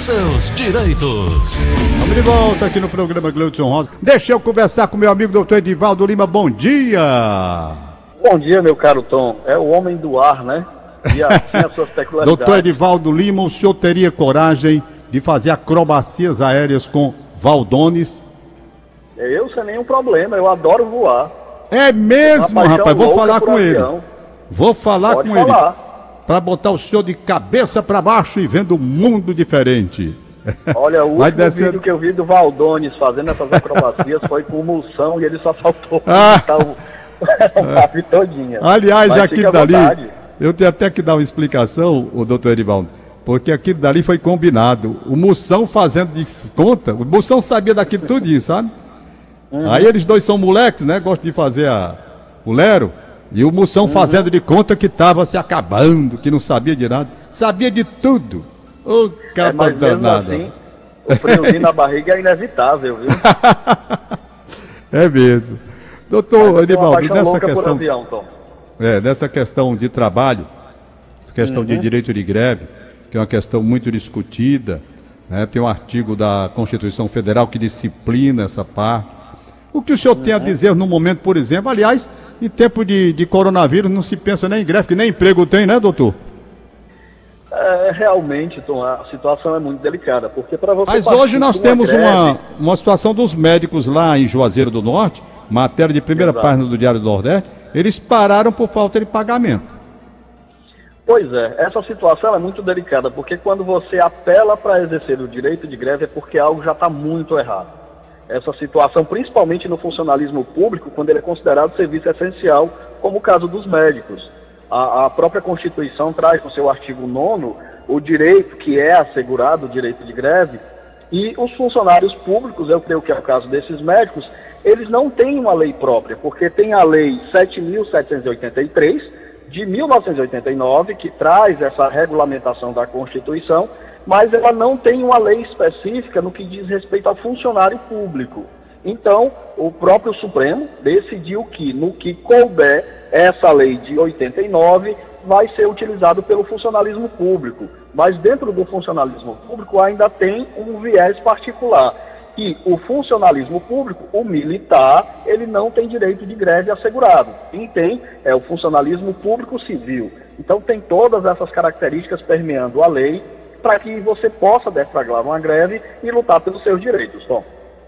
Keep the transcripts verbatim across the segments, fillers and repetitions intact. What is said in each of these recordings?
seus direitos. Vamos de volta aqui no programa Gleudson Rosa. Deixa eu conversar com meu amigo doutor Edivaldo Lima. Bom dia. Bom dia, meu caro Tom. É o homem do ar, né? E assim as suas peculiaridades. doutor Edivaldo Lima, o senhor teria coragem de fazer acrobacias aéreas com Valdones? Eu sem nenhum problema, eu adoro voar. É mesmo, rapaz? Vou falar com ele. Vou falar Pode com falar. ele. Para botar o senhor de cabeça para baixo e vendo um mundo diferente. Olha, o último descer... vídeo que eu vi do Valdones fazendo essas acrobacias foi com Mulsão e ele só faltou ah. botar o, o nave todinha. Aliás, Mas aquilo dali, eu tenho até que dar uma explicação, o doutor Edivaldo, porque aquilo dali foi combinado. O Mulsão fazendo de conta, o Mulsão sabia daquilo tudinho, sabe? Uhum. Aí eles dois são moleques, né? Gostam de fazer a, o lero. E o Mulsão uhum. fazendo de conta que estava se acabando, que não sabia de nada. Sabia de tudo. Ô, capa é, danada. Assim, o friozinho na barriga é inevitável, viu? É mesmo. Doutor Edivaldo, nessa questão... Avião, Tom. É, nessa questão de trabalho, essa questão uhum. de direito de greve, que é uma questão muito discutida, né? Tem um artigo da Constituição Federal que disciplina essa parte. O que o senhor uhum. tem a dizer no momento, por exemplo, aliás, em tempo de, de coronavírus não se pensa nem em greve, que nem emprego tem, né, doutor? É, realmente, Tom, a situação é muito delicada, porque para você... Mas hoje nós temos greve... uma, uma situação dos médicos lá em Juazeiro do Norte, matéria de primeira Exato. Página do Diário do Nordeste, eles pararam por falta de pagamento. Pois é, essa situação é muito delicada, porque quando você apela para exercer o direito de greve é porque algo já está muito errado. Essa situação, principalmente no funcionalismo público, quando ele é considerado serviço essencial, como o caso dos médicos. A, a própria Constituição traz no seu artigo nono o direito que é assegurado, o direito de greve, e os funcionários públicos, eu creio que é o caso desses médicos, eles não têm uma lei própria, porque tem a Lei sete mil setecentos e oitenta e três, de mil novecentos e oitenta e nove, que traz essa regulamentação da Constituição, mas ela não tem uma lei específica no que diz respeito ao funcionário público. Então, o próprio Supremo decidiu que, no que couber, essa lei de oitenta e nove vai ser utilizado pelo funcionalismo público. Mas dentro do funcionalismo público ainda tem um viés particular. E o funcionalismo público, o militar, ele não tem direito de greve assegurado. Quem tem é o funcionalismo público civil. Então tem todas essas características permeando a lei para que você possa deflagrar uma greve e lutar pelos seus direitos, Tom.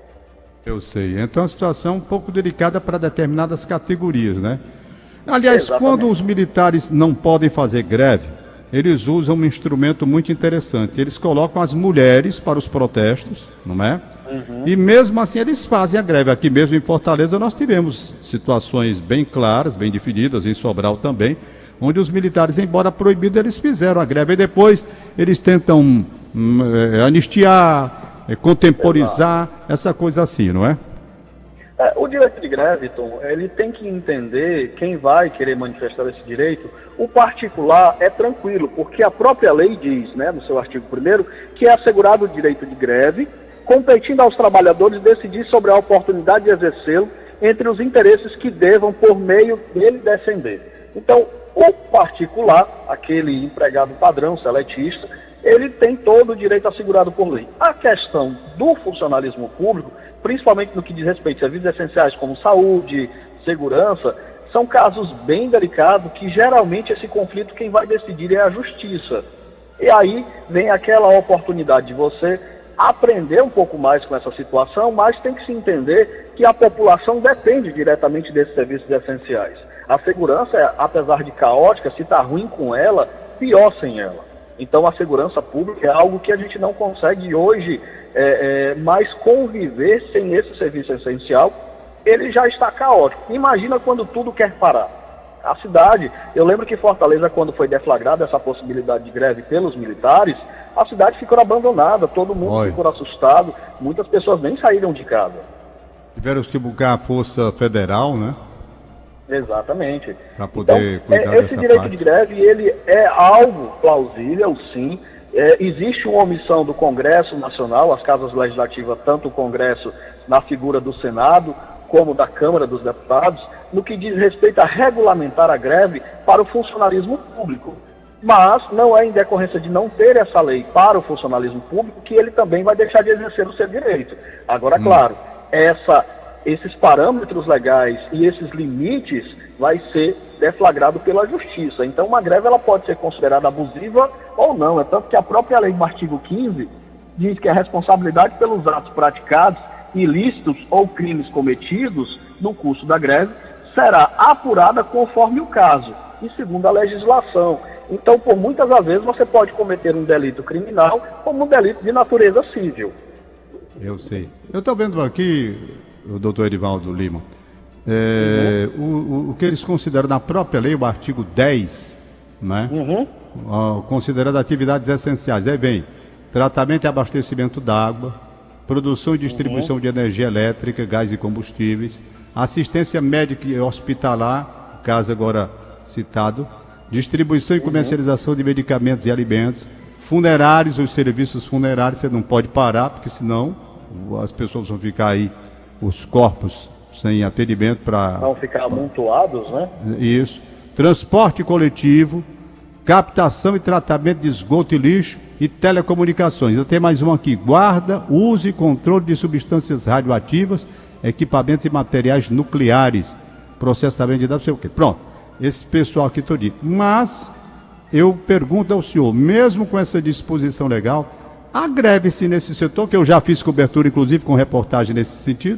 Eu sei. Então a situação é um pouco delicada para determinadas categorias, né? Aliás, Exatamente. Quando os militares não podem fazer greve, eles usam um instrumento muito interessante. Eles colocam as mulheres para os protestos, não é? Uhum. E mesmo assim eles fazem a greve. Aqui mesmo em Fortaleza nós tivemos situações bem claras, bem definidas, em Sobral também, onde os militares, embora proibido, eles fizeram a greve. E depois eles tentam hum, é, anistiar, é, contemporizar, Exato. Essa coisa assim, não é? É, o direito de greve, Tom, ele tem que entender quem vai querer manifestar esse direito. O particular é tranquilo, porque a própria lei diz, né, no seu artigo primeiro, que é assegurado o direito de greve, competindo aos trabalhadores decidir sobre a oportunidade de exercê-lo entre os interesses que devam, por meio dele, defender. Então, o particular, aquele empregado padrão, seletista, ele tem todo o direito assegurado por lei. A questão do funcionalismo público, principalmente no que diz respeito a serviços essenciais como saúde, segurança, são casos bem delicados que geralmente esse conflito quem vai decidir é a justiça. E aí vem aquela oportunidade de você aprender um pouco mais com essa situação, mas tem que se entender que a população depende diretamente desses serviços essenciais. A segurança, apesar de caótica, se está ruim com ela, pior sem ela. Então a segurança pública é algo que a gente não consegue hoje é, é, mais conviver sem esse serviço essencial. Ele já está caótico. Imagina quando tudo quer parar. A cidade, eu lembro que Fortaleza, quando foi deflagrada essa possibilidade de greve pelos militares, a cidade ficou abandonada, todo mundo Oi. ficou assustado, muitas pessoas nem saíram de casa. Tiveram que buscar a Força Federal, né? Exatamente. Para poder então, cuidar é, esse dessa direito parte. de greve, ele é algo plausível, sim. É, existe uma omissão do Congresso Nacional, as casas legislativas, tanto o Congresso na figura do Senado, como da Câmara dos Deputados, no que diz respeito a regulamentar a greve para o funcionalismo público. Mas não é em decorrência de não ter essa lei para o funcionalismo público que ele também vai deixar de exercer o seu direito. Agora, hum. claro, essa, esses parâmetros legais e esses limites vai ser deflagrado pela justiça. Então, uma greve ela pode ser considerada abusiva ou não. É tanto que a própria lei, no artigo quinze, diz que a responsabilidade pelos atos praticados, ilícitos ou crimes cometidos no curso da greve será apurada conforme o caso e segundo a legislação. Então, por muitas das vezes, você pode cometer um delito criminal como um delito de natureza civil. Eu sei. Eu estou vendo aqui, o doutor Erivaldo Lima, é, uhum. o, o que eles consideram na própria lei, o artigo dez, né? Uhum. Uh, considerando atividades essenciais. Aí vem tratamento e abastecimento d'água, produção e distribuição uhum. de energia elétrica, gás e combustíveis, assistência médica e hospitalar, caso agora citado, distribuição e comercialização de medicamentos e alimentos, funerários, os serviços funerários, você não pode parar, porque senão as pessoas vão ficar aí, os corpos sem atendimento para... Vão ficar amontoados, né? Isso. Transporte coletivo, captação e tratamento de esgoto e lixo e telecomunicações. Eu tenho mais um aqui. Guarda, uso e controle de substâncias radioativas, equipamentos e materiais nucleares, processamento de dados, não sei o quê. Pronto. Esse pessoal aqui todinho. Mas eu pergunto ao senhor, mesmo com essa disposição legal, há greve-se nesse setor, que eu já fiz cobertura, inclusive, com reportagem nesse sentido?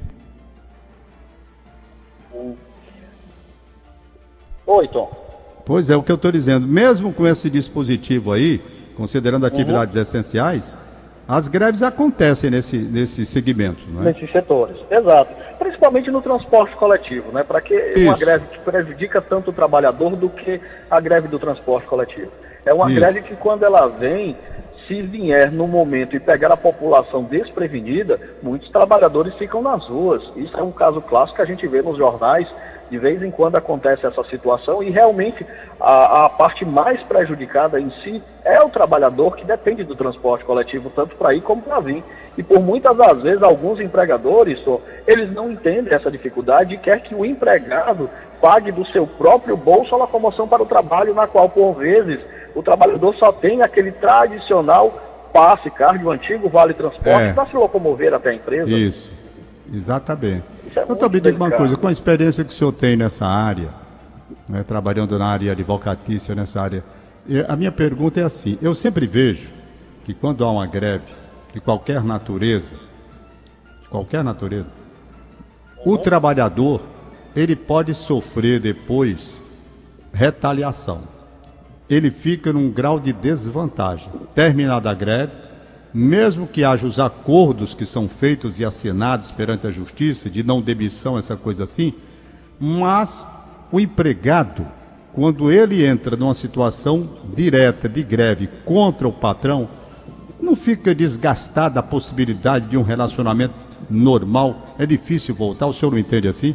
Oi, Tom. Pois é, o que eu estou dizendo, mesmo com esse dispositivo aí, considerando atividades uhum. essenciais, as greves acontecem nesse, nesse segmento, não é? Nesses setores, exato. Principalmente no transporte coletivo, né? Para que Isso. uma greve que prejudica tanto o trabalhador do que a greve do transporte coletivo. É uma Isso. greve que, quando ela vem, se vier no momento e pegar a população desprevenida, muitos trabalhadores ficam nas ruas. Isso é um caso clássico que a gente vê nos jornais. De vez em quando acontece essa situação e realmente a, a parte mais prejudicada em si é o trabalhador que depende do transporte coletivo, tanto para ir como para vir. E por muitas das vezes, alguns empregadores, eles não entendem essa dificuldade e querem que o empregado pague do seu próprio bolso a locomoção para o trabalho, na qual, por vezes, o trabalhador só tem aquele tradicional passe, cargo antigo, vale transporte, é. para se locomover até a empresa. Isso, exatamente. É eu também digo uma coisa, com a experiência que o senhor tem nessa área, né, trabalhando na área advocatícia, nessa área, a minha pergunta é assim, eu sempre vejo que quando há uma greve de qualquer natureza, de qualquer natureza, uhum. o trabalhador, ele pode sofrer depois retaliação. Ele fica num grau de desvantagem. Terminada a greve, mesmo que haja os acordos que são feitos e assinados perante a justiça, de não demissão, essa coisa assim, mas o empregado, quando ele entra numa situação direta de greve contra o patrão, não fica desgastada a possibilidade de um relacionamento normal? É difícil voltar? O senhor não entende assim?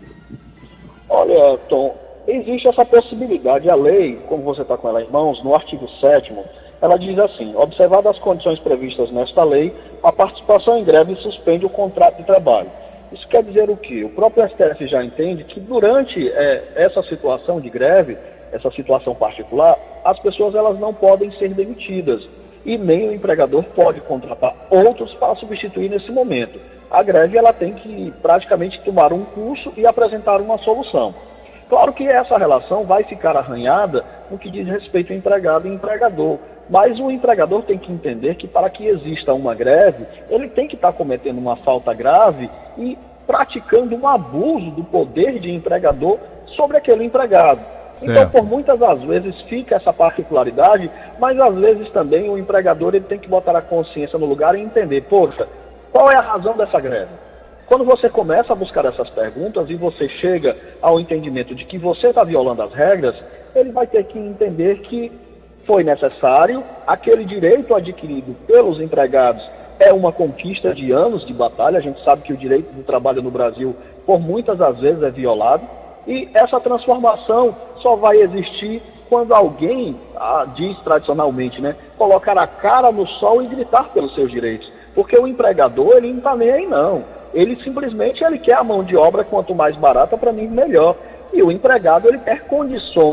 Olha, Tom, existe essa possibilidade. A lei, como você está com ela em mãos, no artigo sétimo, ela diz assim: observadas as condições previstas nesta lei, a participação em greve suspende o contrato de trabalho. Isso quer dizer o quê? O próprio S T F já entende que durante é, essa situação de greve, essa situação particular, as pessoas elas não podem ser demitidas e nem o empregador pode contratar outros para substituir nesse momento. A greve ela tem que praticamente tomar um curso e apresentar uma solução. Claro que essa relação vai ficar arranhada no que diz respeito ao empregado e empregador. Mas o empregador tem que entender que para que exista uma greve, ele tem que estar cometendo uma falta grave e praticando um abuso do poder de empregador sobre aquele empregado. Certo. Então, por muitas das vezes fica essa particularidade, mas às vezes também o empregador ele tem que botar a consciência no lugar e entender, poxa, qual é a razão dessa greve? Quando você começa a buscar essas perguntas e você chega ao entendimento de que você está violando as regras, ele vai ter que entender que foi necessário, aquele direito adquirido pelos empregados é uma conquista de anos de batalha. A gente sabe que o direito do trabalho no Brasil, por muitas das vezes, é violado, e essa transformação só vai existir quando alguém, ah, diz tradicionalmente, né, colocar a cara no sol e gritar pelos seus direitos. Porque o empregador, ele não está nem aí não. Ele simplesmente ele quer a mão de obra, quanto mais barata, para mim, melhor. E o empregado, ele quer condições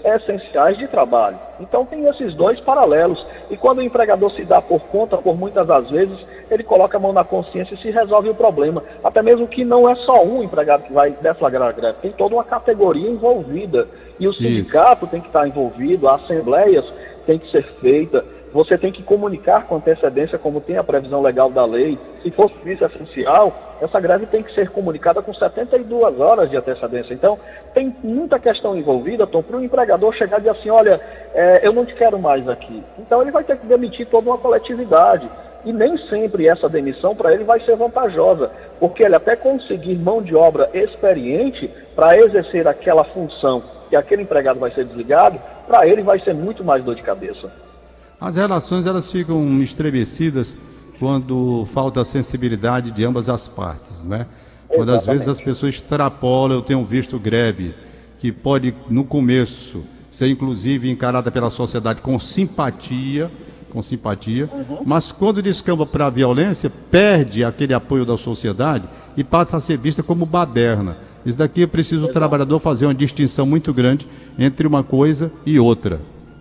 essenciais de trabalho. Então tem esses dois paralelos. E quando o empregador se dá por conta, por muitas das vezes, ele coloca a mão na consciência e se resolve o problema. Até mesmo que não é só um empregado que vai deflagrar a greve, tem toda uma categoria envolvida. E o sindicato Isso. tem que estar envolvido, as assembleias têm que ser feitas. Você tem que comunicar com antecedência, como tem a previsão legal da lei. Se for serviço essencial, essa greve tem que ser comunicada com setenta e duas horas de antecedência. Então, tem muita questão envolvida, Tom, para o empregador chegar e dizer assim, olha, é, eu não te quero mais aqui. Então, ele vai ter que demitir toda uma coletividade. E nem sempre essa demissão para ele vai ser vantajosa, porque ele até conseguir mão de obra experiente para exercer aquela função que aquele empregado vai ser desligado, para ele vai ser muito mais dor de cabeça. As relações elas ficam estremecidas quando falta a sensibilidade de ambas as partes, né? Quando Exatamente. Às vezes as pessoas extrapolam, eu tenho visto greve que pode no começo ser inclusive encarada pela sociedade com simpatia, com simpatia, uhum. mas quando descamba para a violência, perde aquele apoio da sociedade e passa a ser vista como baderna. Isso daqui é preciso Exato. O trabalhador fazer uma distinção muito grande entre uma coisa e outra.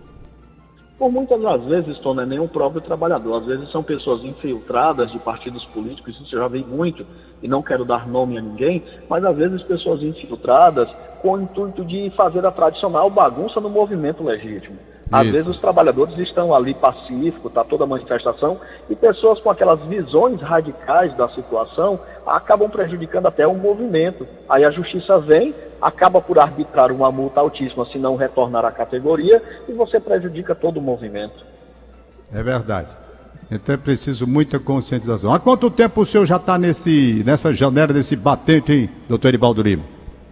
Por muitas das vezes, Tom, não é nem o próprio trabalhador. Às vezes são pessoas infiltradas de partidos políticos, isso eu já vi muito, e não quero dar nome a ninguém, mas às vezes pessoas infiltradas com o intuito de fazer a tradicional bagunça no movimento legítimo. Às Isso. vezes os trabalhadores estão ali pacíficos, está toda a manifestação, e pessoas com aquelas visões radicais da situação acabam prejudicando até o movimento. Aí a justiça vem, acaba por arbitrar uma multa altíssima se não retornar à categoria, e você prejudica todo o movimento. É verdade. Então é preciso muita conscientização. Há quanto tempo o senhor já está nesse, nessa janela desse batente, hein, doutor Eribaldo Lima?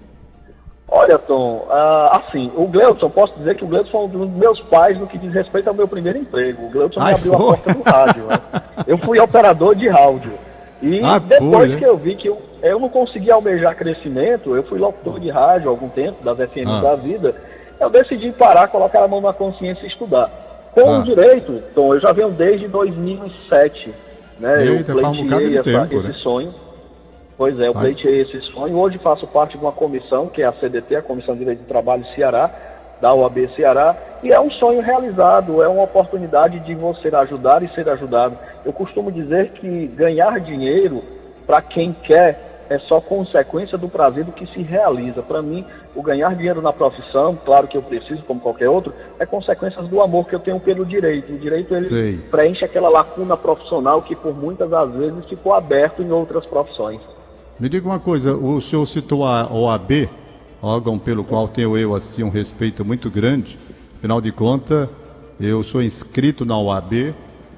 Olha, Tom, uh, assim, o Gleudson, posso dizer que o Gleudson foi um dos meus pais no que diz respeito ao meu primeiro emprego. O Gleudson me abriu foi. a porta do rádio. Né? Eu fui operador de áudio. E ah, depois foi, que eu vi que eu, eu não conseguia almejar crescimento, eu fui locutor de rádio há algum tempo, das F Ms ah. da vida, eu decidi parar, colocar a mão na consciência e estudar. Com ah. o direito, Tom, eu já venho desde dois mil e sete. Né? Eita, eu pleiteei um essa, tempo, esse né? sonho. Pois é, eu pleiteei esse sonho. Hoje faço parte de uma comissão, que é a C D T, a Comissão de Direito do Trabalho Ceará, da O A B Ceará, e é um sonho realizado, é uma oportunidade de você ajudar e ser ajudado. Eu costumo dizer que ganhar dinheiro, para quem quer, é só consequência do prazer do que se realiza. Para mim, o ganhar dinheiro na profissão, claro que eu preciso, como qualquer outro, é consequência do amor que eu tenho pelo direito. O direito, ele Sei. preenche aquela lacuna profissional que, por muitas das vezes, ficou aberto em outras profissões. Me diga uma coisa, o senhor citou a O A B, órgão pelo qual tenho eu assim um respeito muito grande. Afinal de contas, eu sou inscrito na O A B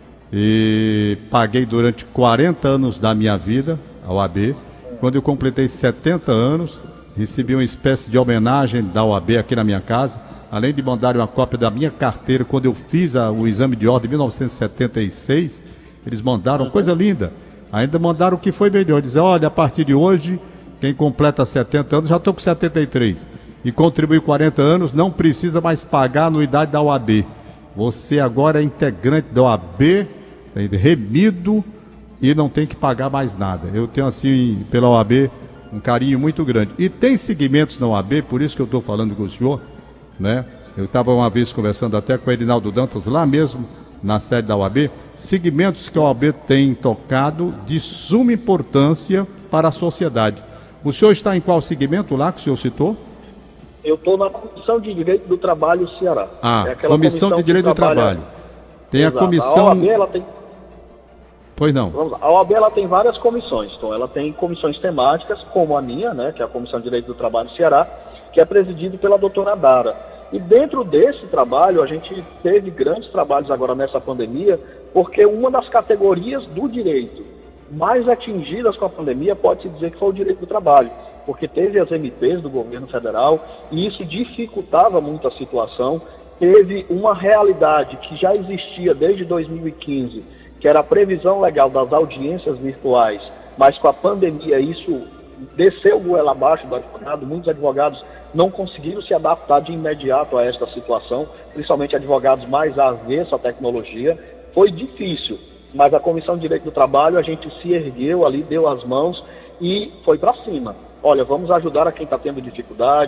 e paguei durante quarenta anos da minha vida a O A B. Quando eu completei setenta anos, recebi uma espécie de homenagem da O A B aqui na minha casa, além de mandar uma cópia da minha carteira. Quando eu fiz a, o exame de ordem em mil novecentos e setenta e seis, eles mandaram, coisa linda. Ainda mandaram o que foi melhor, dizer, olha, a partir de hoje, quem completa setenta anos, já estou com setenta e três, e contribuiu quarenta anos, não precisa mais pagar a anuidade da O A B. Você agora é integrante da O A B, remido, e não tem que pagar mais nada. Eu tenho, assim, pela O A B, um carinho muito grande. E tem segmentos na O A B, por isso que eu estou falando com o senhor, né? Eu estava uma vez conversando até com o Edinaldo Dantas, lá mesmo, na sede da O A B, segmentos que a O A B tem tocado de suma importância para a sociedade. O senhor está em qual segmento lá que o senhor citou? Eu estou na Comissão de Direito do Trabalho Ceará. Ah, é Comissão, comissão de Direito do Trabalho. Tem Exato. a comissão... A O A B, ela tem... Pois não. Vamos lá. A O A B, ela tem várias comissões. Então, ela tem comissões temáticas, como a minha, né, que é a Comissão de Direito do Trabalho Ceará, que é presidida pela doutora Dara. E dentro desse trabalho, a gente teve grandes trabalhos agora nessa pandemia, porque uma das categorias do direito mais atingidas com a pandemia pode-se dizer que foi o direito do trabalho, porque teve as M Ps do governo federal e isso dificultava muito a situação. Teve uma realidade que já existia desde dois mil e quinze, que era a previsão legal das audiências virtuais, mas com a pandemia isso desceu goela abaixo do advogado. Muitos advogados não conseguiram se adaptar de imediato a esta situação, principalmente advogados mais avessos à tecnologia. Foi difícil, mas a Comissão de Direito do Trabalho, a gente se ergueu ali, deu as mãos e foi para cima. Olha, vamos ajudar a quem está tendo dificuldade,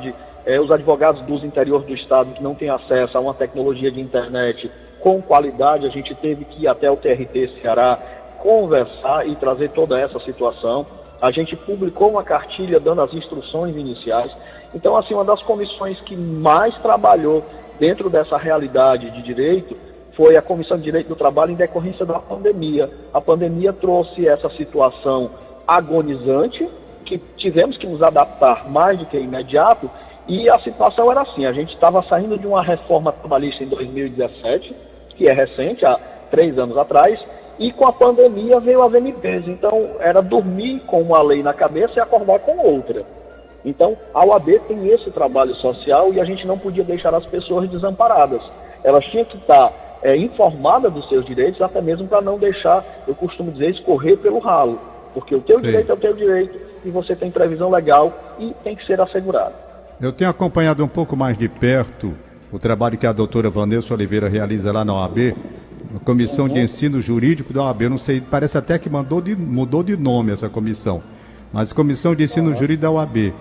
é, os advogados dos interiores do estado que não têm acesso a uma tecnologia de internet com qualidade, a gente teve que ir até o T R T Ceará conversar e trazer toda essa situação. A gente publicou uma cartilha dando as instruções iniciais. Então, assim, uma das comissões que mais trabalhou dentro dessa realidade de direito foi a Comissão de Direito do Trabalho em decorrência da pandemia. A pandemia trouxe essa situação agonizante, que tivemos que nos adaptar mais do que imediato, e a situação era assim: a gente estava saindo de uma reforma trabalhista em dois mil e dezessete, que é recente, há três anos atrás, e com a pandemia veio as M Ps. Então, era dormir com uma lei na cabeça e acordar com outra. Então, a O A B tem esse trabalho social e a gente não podia deixar as pessoas desamparadas. Elas tinham que estar é, informadas dos seus direitos, até mesmo para não deixar, eu costumo dizer, escorrer pelo ralo. Porque o teu Sim. direito é o teu direito e você tem previsão legal e tem que ser assegurado. Eu tenho acompanhado um pouco mais de perto o trabalho que a doutora Vanessa Oliveira realiza lá na O A B, a Comissão uhum. de Ensino Jurídico da O A B. Eu não sei, parece até que mandou de, mudou de nome essa comissão, mas Comissão de Ensino uhum. Jurídico da O A B,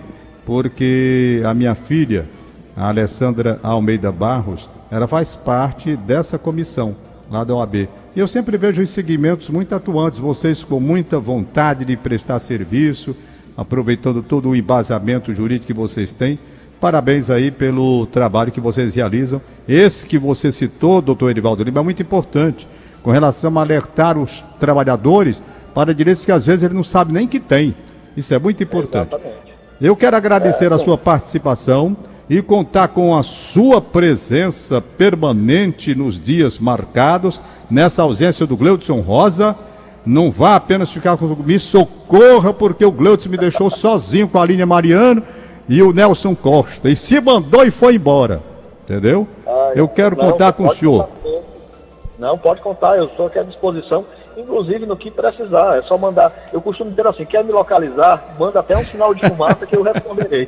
porque a minha filha, a Alessandra Almeida Barros, ela faz parte dessa comissão lá da O A B. E eu sempre vejo os segmentos muito atuantes, vocês com muita vontade de prestar serviço, aproveitando todo o embasamento jurídico que vocês têm. Parabéns aí pelo trabalho que vocês realizam. Esse que você citou, doutor Edivaldo Lima, é muito importante, com relação a alertar os trabalhadores para direitos que às vezes ele não sabe nem que tem. Isso é muito importante. Exatamente. Eu quero agradecer é, a sua participação e contar com a sua presença permanente nos dias marcados, nessa ausência do Gleudson Rosa. Não vá apenas ficar com... Me socorra, porque o Gleudson me deixou sozinho com a Aline Mariano e o Nelson Costa. E se mandou e foi embora. Entendeu? Ah, eu quero não, contar com o senhor. Contar. Não, pode contar. Eu estou aqui à disposição. Inclusive no que precisar. É só mandar. Eu costumo dizer assim, quer me localizar? Manda até um sinal de fumaça que eu responderei.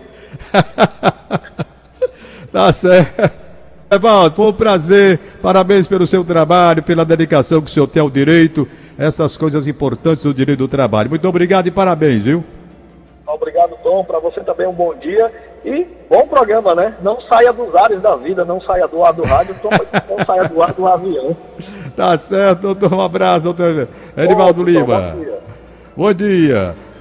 Tá certo. Evaldo, foi um prazer, parabéns pelo seu trabalho, pela dedicação que o senhor tem ao direito, essas coisas importantes do direito do trabalho. Muito obrigado e parabéns, viu? Obrigado, Tom, para você também um bom dia e bom programa, né? Não saia dos ares da vida, não saia do ar do rádio, Tom, não saia do ar do avião. Tá certo, doutor, um abraço, doutor Edivaldo Lima. Bom dia. Bom dia.